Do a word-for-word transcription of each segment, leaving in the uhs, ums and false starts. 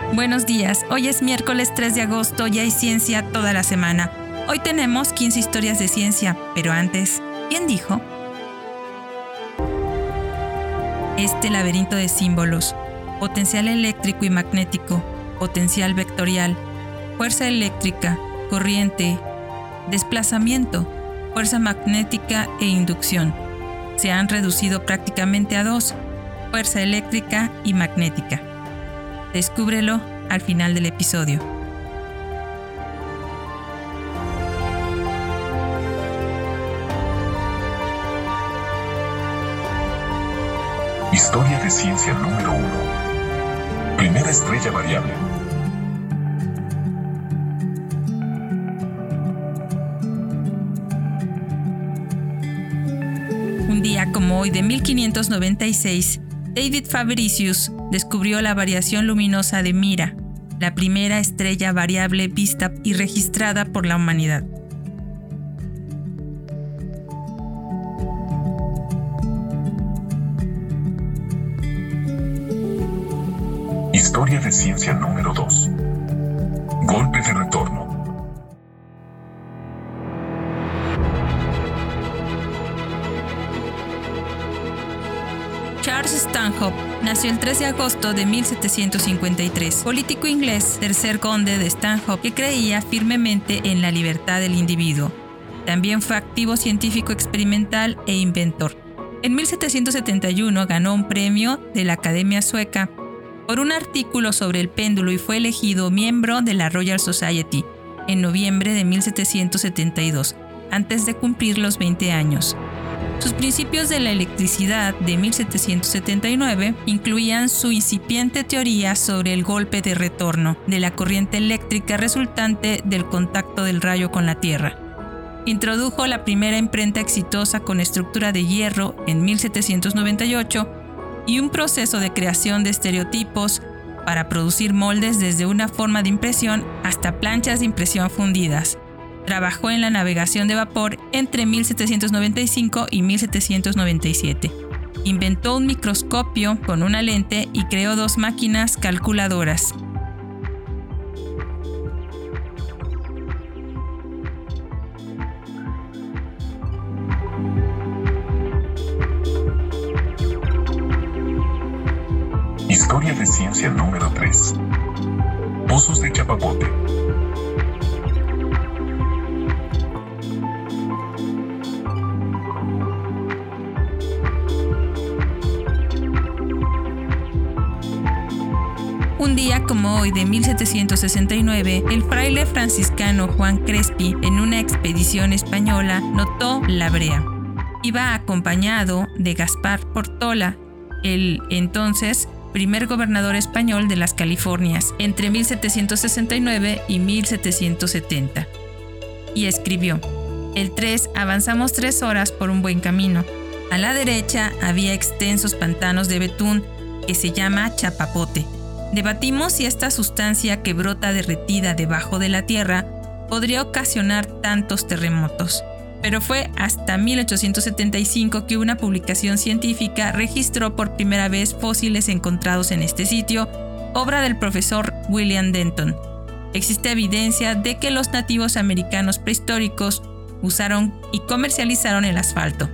Buenos días, hoy es miércoles tres de agosto y hay ciencia toda la semana. Hoy tenemos quince historias de ciencia, pero antes, ¿quién dijo? Este laberinto de símbolos: potencial eléctrico y magnético, potencial vectorial, fuerza eléctrica, corriente, desplazamiento, fuerza magnética e inducción. Se han reducido prácticamente a dos: fuerza eléctrica y magnética. Descúbrelo al final del episodio. Historia de ciencia número uno. Primera estrella variable. Un día como hoy de mil quinientos noventa y seis, David Fabricius descubrió la variación luminosa de Mira, la primera estrella variable vista y registrada por la humanidad. Historia de ciencia número dos. Golpe de retorno. Charles Stanhope nació el tres de agosto de mil setecientos cincuenta y tres, político inglés, tercer conde de Stanhope, que creía firmemente en la libertad del individuo. También fue activo científico experimental e inventor. En mil setecientos setenta y uno ganó un premio de la Academia Sueca por un artículo sobre el péndulo y fue elegido miembro de la Royal Society en noviembre de mil setecientos setenta y dos, antes de cumplir los veinte años. Sus principios de la electricidad de mil setecientos setenta y nueve incluían su incipiente teoría sobre el golpe de retorno de la corriente eléctrica resultante del contacto del rayo con la Tierra. Introdujo la primera imprenta exitosa con estructura de hierro en mil setecientos noventa y ocho y un proceso de creación de estereotipos para producir moldes desde una forma de impresión hasta planchas de impresión fundidas. Trabajó en la navegación de vapor entre mil setecientos noventa y cinco y mil setecientos noventa y siete. Inventó un microscopio con una lente y creó dos máquinas calculadoras. Historia de ciencia número tres. Pozos de Chapapote. Un día como hoy de mil setecientos sesenta y nueve, el fraile franciscano Juan Crespi, en una expedición española, notó la brea. Iba acompañado de Gaspar Portola, el entonces primer gobernador español de las Californias, entre mil setecientos sesenta y nueve y mil setecientos setenta. Y escribió: el tres avanzamos tres horas por un buen camino. A la derecha había extensos pantanos de betún que se llama chapapote. Debatimos si esta sustancia que brota derretida debajo de la tierra podría ocasionar tantos terremotos. Pero fue hasta mil ochocientos setenta y cinco que una publicación científica registró por primera vez fósiles encontrados en este sitio, obra del profesor William Denton. Existe evidencia de que los nativos americanos prehistóricos usaron y comercializaron el asfalto.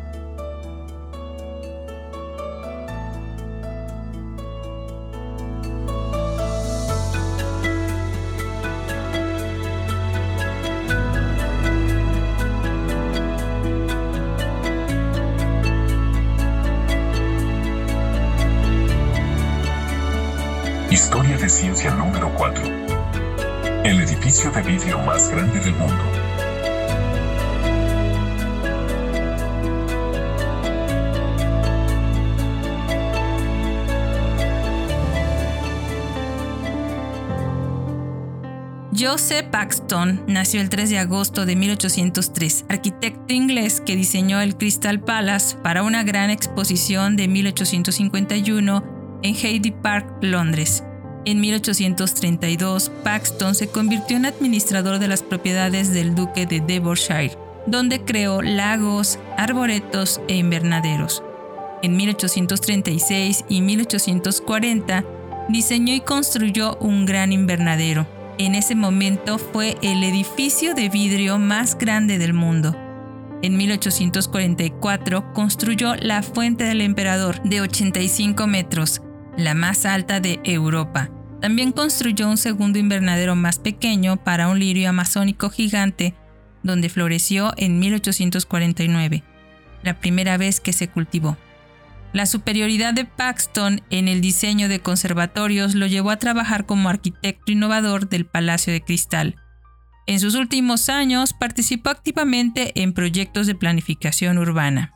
Historia de ciencia número cuatro. El edificio de vidrio más grande del mundo. Joseph Paxton nació el tres de agosto de mil ochocientos tres, arquitecto inglés que diseñó el Crystal Palace para una gran exposición de mil ochocientos cincuenta y uno en Hyde Park, Londres. En mil ochocientos treinta y dos, Paxton se convirtió en administrador de las propiedades del duque de Devonshire, donde creó lagos, arboretos e invernaderos. En mil ochocientos treinta y seis y mil ochocientos cuarenta, diseñó y construyó un gran invernadero. En ese momento fue el edificio de vidrio más grande del mundo. En mil ochocientos cuarenta y cuatro construyó la Fuente del Emperador de ochenta y cinco metros, la más alta de Europa. También construyó un segundo invernadero más pequeño para un lirio amazónico gigante, donde floreció en mil ochocientos cuarenta y nueve, la primera vez que se cultivó. La superioridad de Paxton en el diseño de conservatorios lo llevó a trabajar como arquitecto innovador del Palacio de Cristal. En sus últimos años participó activamente en proyectos de planificación urbana.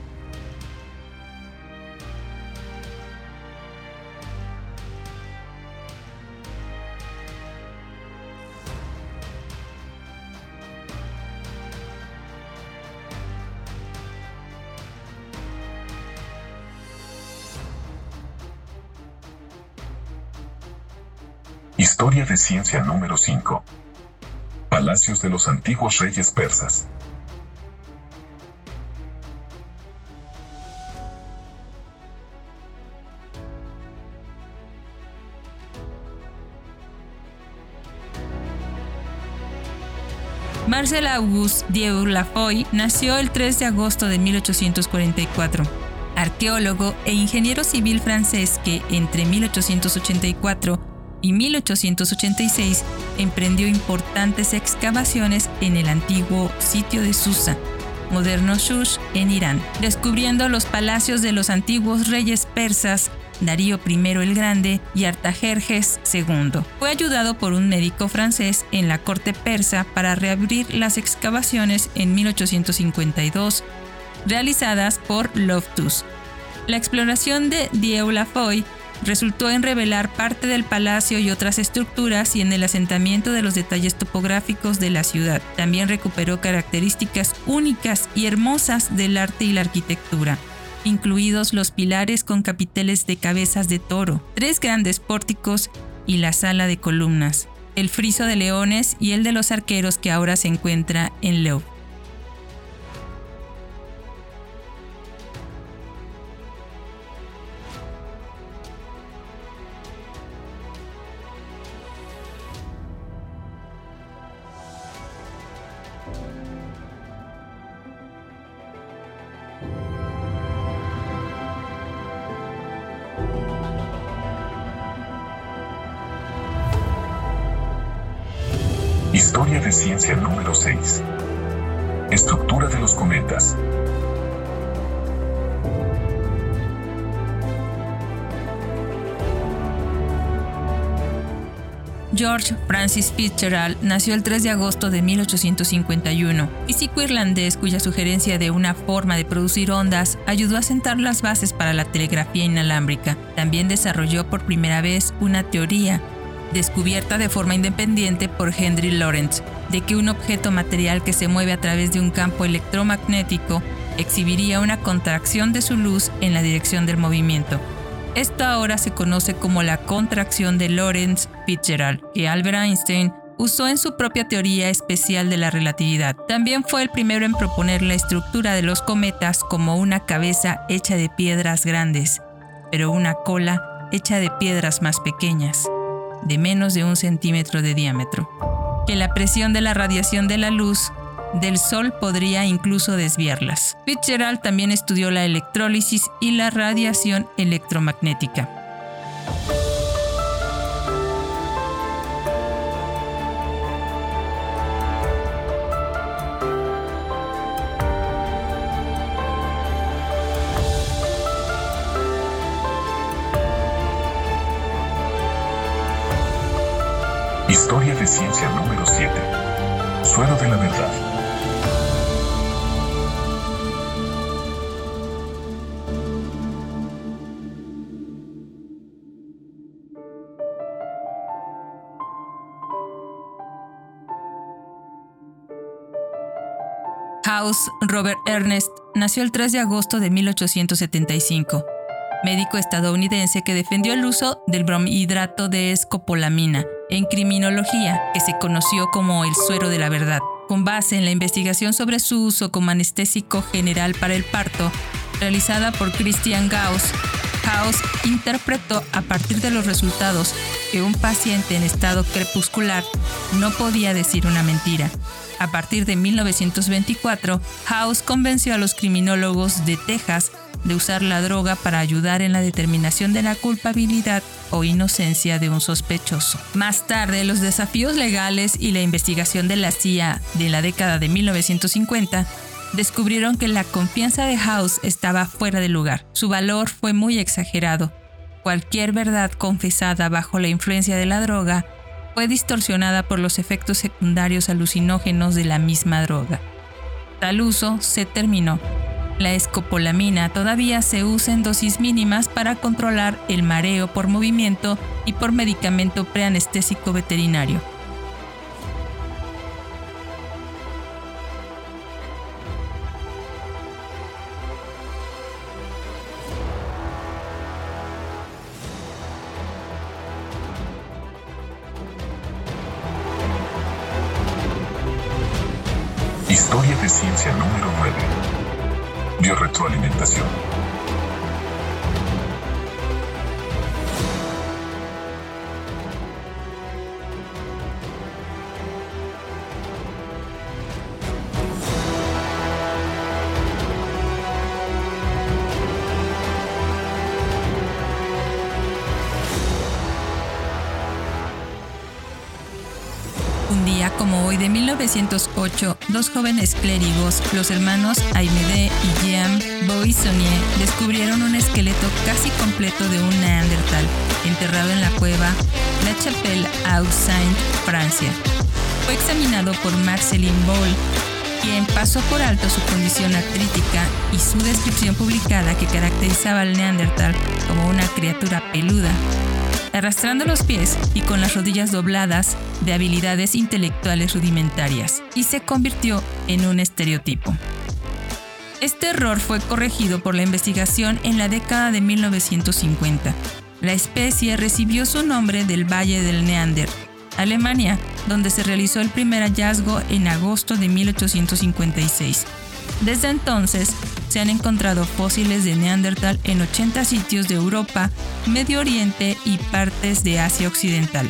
Historia de ciencia número cinco. Palacios de los antiguos reyes persas. Marcel Auguste Dieulafoy nació el tres de agosto de mil ochocientos cuarenta y cuatro. Arqueólogo e ingeniero civil francés que entre mil ochocientos ochenta y cuatro y mil ochocientos ochenta y seis emprendió importantes excavaciones en el antiguo sitio de Susa, moderno Shush, en Irán, descubriendo los palacios de los antiguos reyes persas Darío primero el Grande y Artajerjes segundo. Fue ayudado por un médico francés en la corte persa para reabrir las excavaciones en mil ochocientos cincuenta y dos realizadas por Loftus. La exploración de Dieulafoy resultó en revelar parte del palacio y otras estructuras y en el asentamiento de los detalles topográficos de la ciudad. También recuperó características únicas y hermosas del arte y la arquitectura, incluidos los pilares con capiteles de cabezas de toro, tres grandes pórticos y la sala de columnas, el friso de leones y el de los arqueros que ahora se encuentra en Louvre. Historia de ciencia número seis. Estructura de los cometas. George Francis Fitzgerald nació el tres de agosto de mil ochocientos cincuenta y uno, físico irlandés cuya sugerencia de una forma de producir ondas ayudó a sentar las bases para la telegrafía inalámbrica. También desarrolló por primera vez una teoría, descubierta de forma independiente por Henry Lorentz, de que un objeto material que se mueve a través de un campo electromagnético exhibiría una contracción de su luz en la dirección del movimiento. Esto ahora se conoce como la contracción de Lorentz-Fitzgerald, que Albert Einstein usó en su propia teoría especial de la relatividad. También fue el primero en proponer la estructura de los cometas como una cabeza hecha de piedras grandes, pero una cola hecha de piedras más pequeñas, de menos de un centímetro de diámetro, que la presión de la radiación de la luz del Sol podría incluso desviarlas. Fitzgerald también estudió la electrólisis y la radiación electromagnética. Historia de ciencia número siete. Suelo de la verdad. House Robert Ernest nació el tres de agosto de mil ochocientos setenta y cinco, médico estadounidense que defendió el uso del bromhidrato de escopolamina en criminología, que se conoció como el suero de la verdad. Con base en la investigación sobre su uso como anestésico general para el parto, realizada por Christian Gauss, House interpretó a partir de los resultados que un paciente en estado crepuscular no podía decir una mentira. A partir de mil novecientos veinticuatro, House convenció a los criminólogos de Texas de usar la droga para ayudar en la determinación de la culpabilidad o inocencia de un sospechoso. Más tarde, los desafíos legales y la investigación de la C I A de la década de mil novecientos cincuenta descubrieron que la confianza de House estaba fuera de lugar. Su valor fue muy exagerado. Cualquier verdad confesada bajo la influencia de la droga fue distorsionada por los efectos secundarios alucinógenos de la misma droga. Tal uso se terminó. La escopolamina todavía se usa en dosis mínimas para controlar el mareo por movimiento y por medicamento preanestésico veterinario. Historia de ciencia número nueve. Biorretroalimentación. Un día como hoy de mil novecientos ocho, dos jóvenes clérigos, los hermanos Aimé y Jean Boissonnier, descubrieron un esqueleto casi completo de un neandertal, enterrado en la cueva La Chapelle-aux-Saints, Francia. Fue examinado por Marceline Boll, quien pasó por alto su condición artrítica y su descripción publicada que caracterizaba al neandertal como una criatura peluda, arrastrando los pies y con las rodillas dobladas, de habilidades intelectuales rudimentarias, y se convirtió en un estereotipo. Este error fue corregido por la investigación en la década de mil novecientos cincuenta. La especie recibió su nombre del Valle del Neander, Alemania, donde se realizó el primer hallazgo en agosto de mil ochocientos cincuenta y seis. Desde entonces, se han encontrado fósiles de Neandertal en ochenta sitios de Europa, Medio Oriente y partes de Asia Occidental.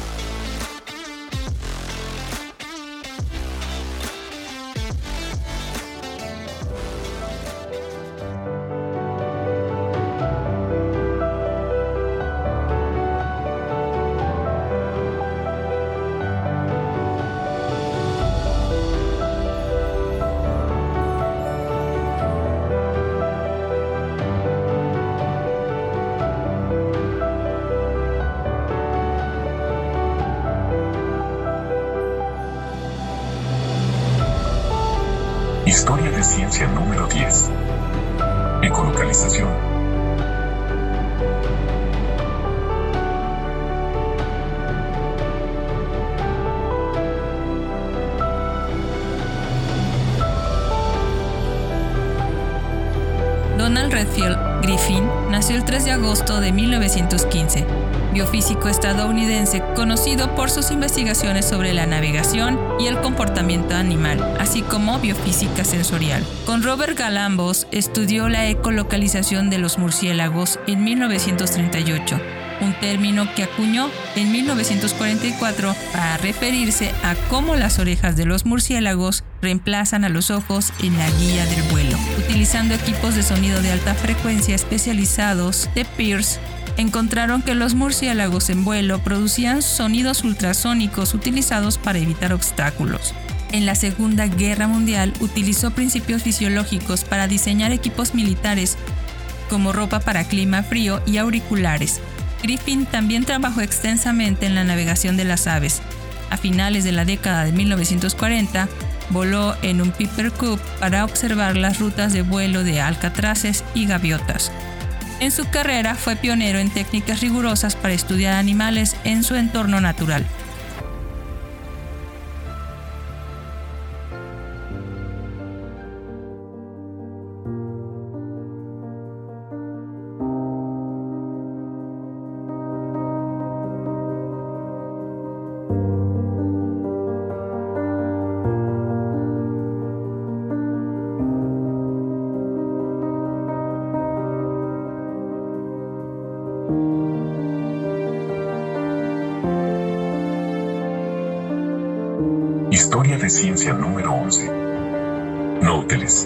Historia de ciencia número diez. Ecolocalización. Donald Redfield Griffin nació el tres de agosto de mil novecientos quince, biofísico estadounidense conocido por sus investigaciones sobre la navegación y el comportamiento animal, así como biofísica sensorial. Con Robert Galambos estudió la ecolocalización de los murciélagos en mil novecientos treinta y ocho, un término que acuñó en mil novecientos cuarenta y cuatro para referirse a cómo las orejas de los murciélagos reemplazan a los ojos en la guía del vuelo. Utilizando equipos de sonido de alta frecuencia especializados de Pierce, encontraron que los murciélagos en vuelo producían sonidos ultrasónicos utilizados para evitar obstáculos. En la Segunda Guerra Mundial utilizó principios fisiológicos para diseñar equipos militares como ropa para clima frío y auriculares. Griffin también trabajó extensamente en la navegación de las aves. A finales de la década de mil novecientos cuarenta, voló en un Piper Cub para observar las rutas de vuelo de alcatraces y gaviotas. En su carrera fue pionero en técnicas rigurosas para estudiar animales en su entorno natural. Historia de ciencia número once. No hoteles.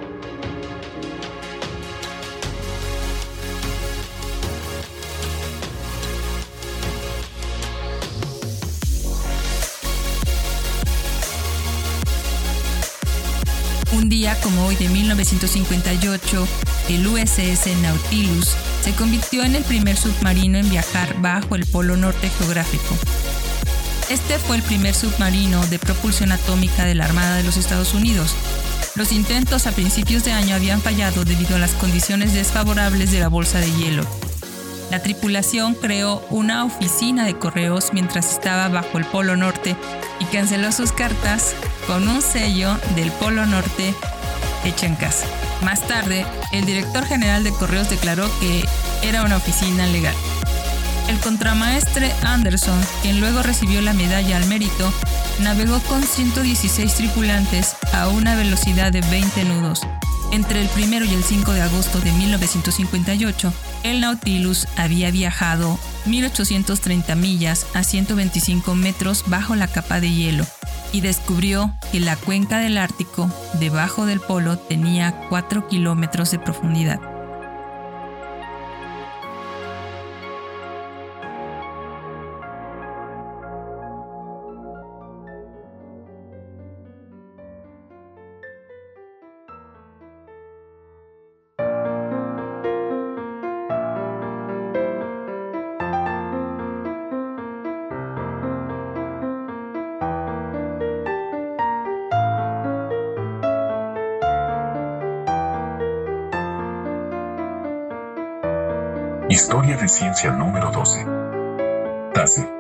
Un día como hoy de mil novecientos cincuenta y ocho, el U S S Nautilus se convirtió en el primer submarino en viajar bajo el Polo Norte geográfico. Este fue el primer submarino de propulsión atómica de la Armada de los Estados Unidos. Los intentos a principios de año habían fallado debido a las condiciones desfavorables de la bolsa de hielo. La tripulación creó una oficina de correos mientras estaba bajo el Polo Norte y canceló sus cartas con un sello del Polo Norte hecha en casa. Más tarde, el director general de correos declaró que era una oficina legal. El contramaestre Anderson, quien luego recibió la medalla al mérito, navegó con ciento dieciséis tripulantes a una velocidad de veinte nudos. Entre el primero y el cinco de agosto de mil novecientos cincuenta y ocho, el Nautilus había viajado mil ochocientas treinta millas a ciento veinticinco metros bajo la capa de hielo y descubrió que la cuenca del Ártico, debajo del polo, tenía cuatro kilómetros de profundidad. Historia de ciencia número doce. TASE.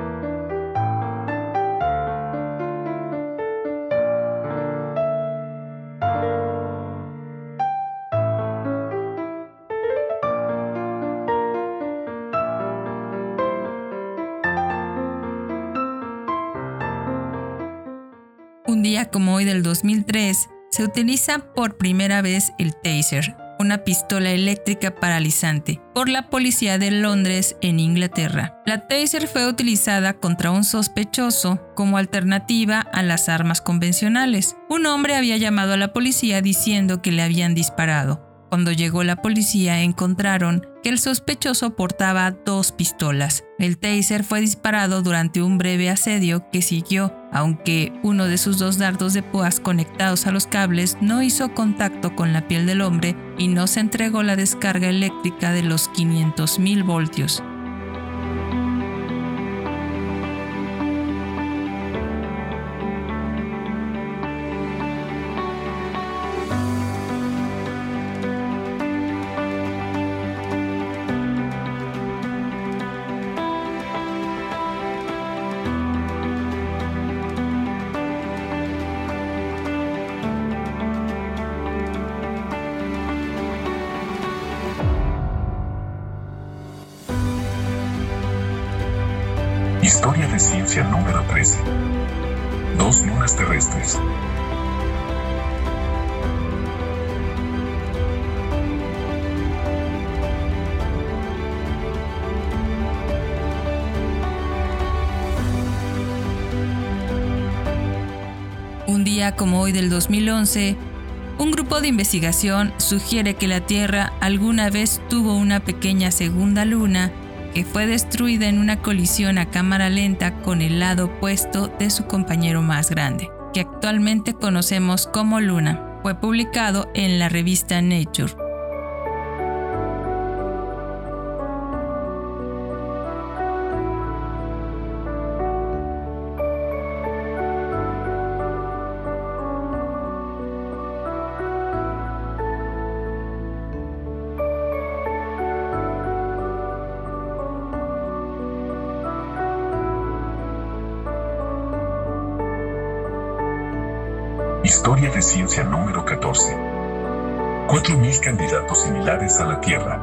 Un día como hoy del dos mil tres, se utiliza por primera vez el taser, una pistola eléctrica paralizante, por la policía de Londres en Inglaterra. La taser fue utilizada contra un sospechoso como alternativa a las armas convencionales. Un hombre había llamado a la policía diciendo que le habían disparado. Cuando llegó la policía, encontraron que el sospechoso portaba dos pistolas. El taser fue disparado durante un breve asedio que siguió, aunque uno de sus dos dardos de púas conectados a los cables no hizo contacto con la piel del hombre y no se entregó la descarga eléctrica de los quinientos mil voltios. Historia de ciencia número trece. Dos lunas terrestres. Un día como hoy del dos mil once, un grupo de investigación sugiere que la Tierra alguna vez tuvo una pequeña segunda luna que fue destruida en una colisión a cámara lenta con el lado opuesto de su compañero más grande, que actualmente conocemos como Luna. Fue publicado en la revista Nature. Historia de ciencia número catorce. cuatro mil candidatos similares a la Tierra.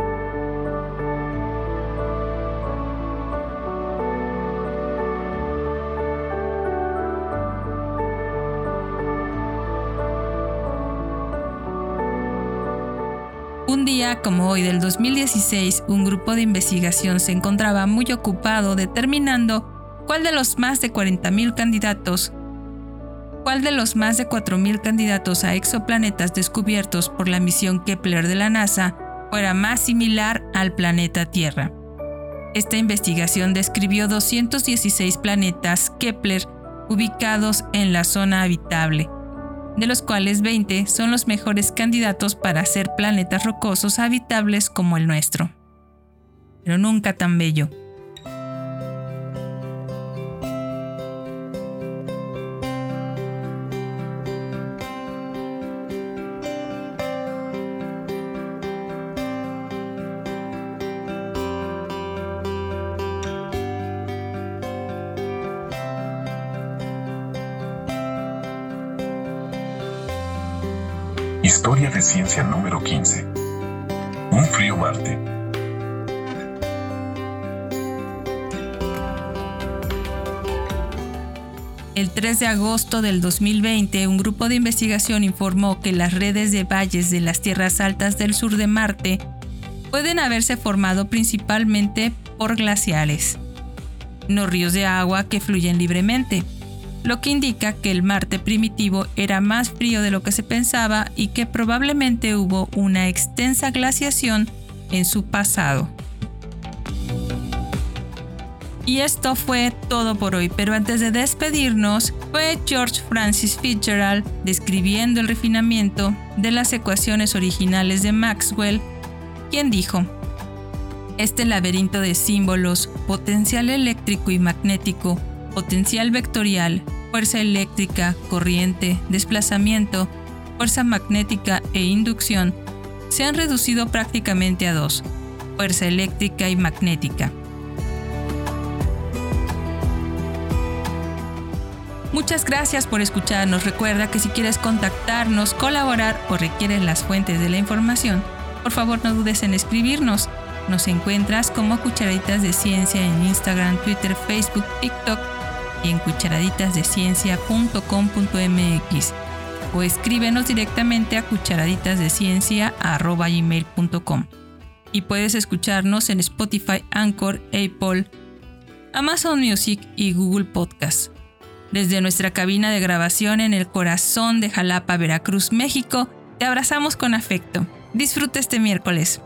Un día como hoy del dos mil dieciséis, un grupo de investigación se encontraba muy ocupado determinando cuál de los más de cuarenta mil candidatos cuál de los más de cuatro mil candidatos a exoplanetas descubiertos por la misión Kepler de la NASA fuera más similar al planeta Tierra. Esta investigación describió doscientos dieciséis planetas Kepler ubicados en la zona habitable, de los cuales veinte son los mejores candidatos para ser planetas rocosos habitables como el nuestro. Pero nunca tan bello. Historia de ciencia número quince. Un frío Marte. El tres de agosto del dos mil veinte, un grupo de investigación informó que las redes de valles de las tierras altas del sur de Marte pueden haberse formado principalmente por glaciares, no ríos de agua que fluyen libremente, lo que indica que el Marte primitivo era más frío de lo que se pensaba y que probablemente hubo una extensa glaciación en su pasado. Y esto fue todo por hoy, pero antes de despedirnos, fue George Francis Fitzgerald describiendo el refinamiento de las ecuaciones originales de Maxwell, quien dijo: este laberinto de símbolos, potencial eléctrico y magnético, potencial vectorial, fuerza eléctrica, corriente, desplazamiento, fuerza magnética e inducción, se han reducido prácticamente a dos: fuerza eléctrica y magnética. Muchas gracias por escucharnos. Recuerda que si quieres contactarnos, colaborar o requieres las fuentes de la información, por favor no dudes en escribirnos. Nos encuentras como Cucharaditas de Ciencia en Instagram, Twitter, Facebook, TikTok y en cucharaditas de ciencia punto com punto m x o escríbenos directamente a cucharaditasdeciencia arroba gmail punto com. Y puedes escucharnos en Spotify, Anchor, Apple, Amazon Music y Google Podcast. Desde nuestra cabina de grabación en el corazón de Jalapa, Veracruz, México, te abrazamos con afecto. Disfruta este miércoles.